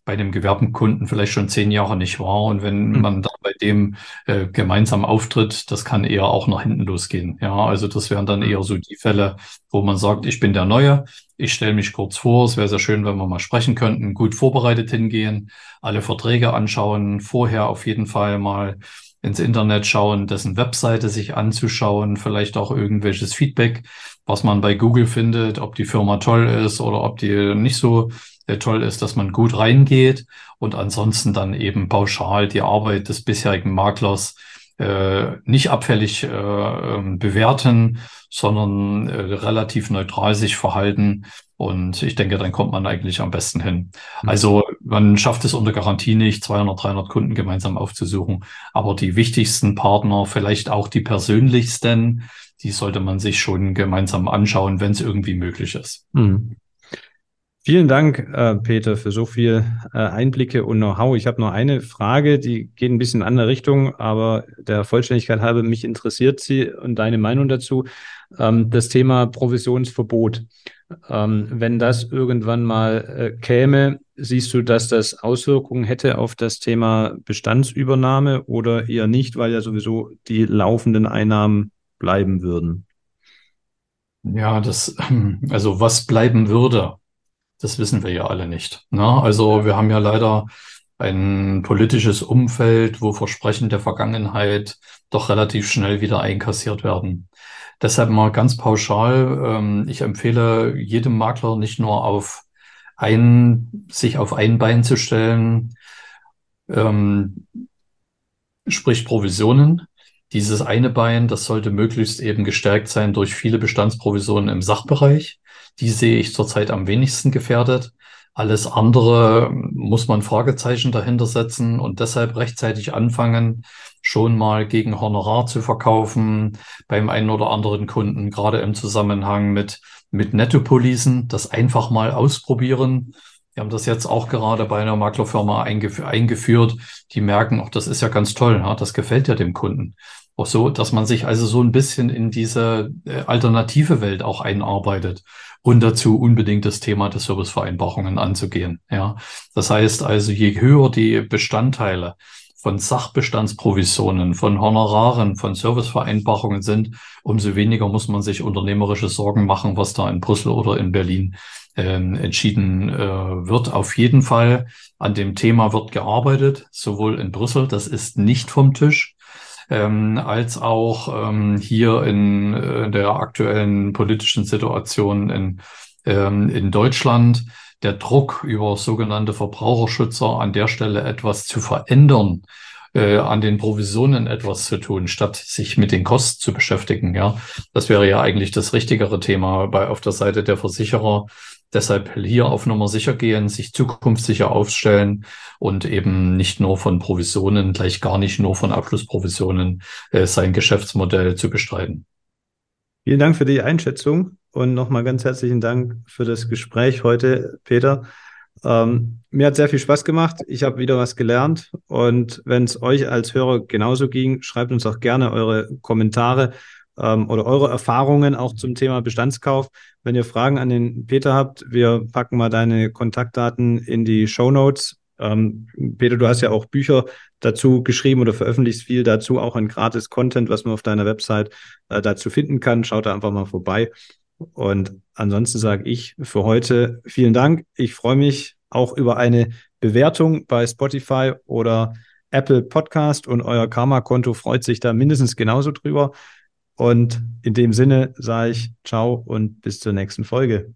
bei dem Gewerbekunden vielleicht schon 10 Jahre nicht war. Und wenn man dann bei dem gemeinsam auftritt, das kann eher auch nach hinten losgehen. Ja, also das wären dann eher so die Fälle, wo man sagt, ich bin der Neue, ich stelle mich kurz vor, es wäre sehr schön, wenn wir mal sprechen könnten, gut vorbereitet hingehen, alle Verträge anschauen, vorher auf jeden Fall mal ins Internet schauen, dessen Webseite sich anzuschauen, vielleicht auch irgendwelches Feedback, was man bei Google findet, ob die Firma toll ist oder ob die nicht so toll ist, dass man gut reingeht und ansonsten dann eben pauschal die Arbeit des bisherigen Maklers nicht abfällig bewerten, sondern relativ neutral sich verhalten. Und ich denke, dann kommt man eigentlich am besten hin. Also man schafft es unter Garantie nicht, 200, 300 Kunden gemeinsam aufzusuchen. Aber die wichtigsten Partner, vielleicht auch die persönlichsten, die sollte man sich schon gemeinsam anschauen, wenn es irgendwie möglich ist. Mhm. Vielen Dank, Peter, für so viel Einblicke und Know-how. Ich habe noch eine Frage, die geht ein bisschen in eine andere Richtung, aber der Vollständigkeit halber, mich interessiert sie und deine Meinung dazu. Das Thema Provisionsverbot. Wenn das irgendwann mal käme, siehst du, dass das Auswirkungen hätte auf das Thema Bestandsübernahme oder eher nicht, weil ja sowieso die laufenden Einnahmen bleiben würden? Ja, also was bleiben würde, das wissen wir ja alle nicht. Ne? Also wir haben ja leider ein politisches Umfeld, wo Versprechen der Vergangenheit doch relativ schnell wieder einkassiert werden. Deshalb mal ganz pauschal, ich empfehle jedem Makler nicht nur sich auf ein Bein zu stellen, ähm, sprich Provisionen. Dieses eine Bein, das sollte möglichst eben gestärkt sein durch viele Bestandsprovisionen im Sachbereich. Die sehe ich zurzeit am wenigsten gefährdet. Alles andere muss man Fragezeichen dahinter setzen und deshalb rechtzeitig anfangen, schon mal gegen Honorar zu verkaufen beim einen oder anderen Kunden, gerade im Zusammenhang mit Nettopolicen, das einfach mal ausprobieren. Wir haben das jetzt auch gerade bei einer Maklerfirma eingeführt. Die merken, auch das ist ja ganz toll, ja, das gefällt ja dem Kunden. Auch so, dass man sich also so ein bisschen in diese alternative Welt auch einarbeitet und dazu unbedingt das Thema der Servicevereinbarungen anzugehen. Ja, das heißt also, je höher die Bestandteile von Sachbestandsprovisionen, von Honoraren, von Servicevereinbarungen sind, umso weniger muss man sich unternehmerische Sorgen machen, was da in Brüssel oder in Berlin entschieden wird. Auf jeden Fall an dem Thema wird gearbeitet, sowohl in Brüssel, das ist nicht vom Tisch, als auch hier in der aktuellen politischen Situation in Deutschland. Der Druck über sogenannte Verbraucherschützer an der Stelle etwas zu verändern, an den Provisionen etwas zu tun, statt sich mit den Kosten zu beschäftigen. Ja, das wäre ja eigentlich das richtigere Thema auf der Seite der Versicherer. Deshalb hier auf Nummer sicher gehen, sich zukunftssicher aufstellen und eben nicht nur von Provisionen, gleich gar nicht nur von Abschlussprovisionen, sein Geschäftsmodell zu bestreiten. Vielen Dank für die Einschätzung und nochmal ganz herzlichen Dank für das Gespräch heute, Peter. Mir hat sehr viel Spaß gemacht. Ich habe wieder was gelernt. Und wenn es euch als Hörer genauso ging, schreibt uns auch gerne eure Kommentare oder eure Erfahrungen auch zum Thema Bestandskauf. Wenn ihr Fragen an den Peter habt, wir packen mal deine Kontaktdaten in die Shownotes. Peter, du hast ja auch Bücher dazu geschrieben oder veröffentlichst viel dazu, auch an gratis Content, was man auf deiner Website dazu finden kann. Schaut da einfach mal vorbei. Und ansonsten sage ich für heute vielen Dank. Ich freue mich auch über eine Bewertung bei Spotify oder Apple Podcast und euer Karma-Konto freut sich da mindestens genauso drüber. Und in dem Sinne sage ich ciao und bis zur nächsten Folge.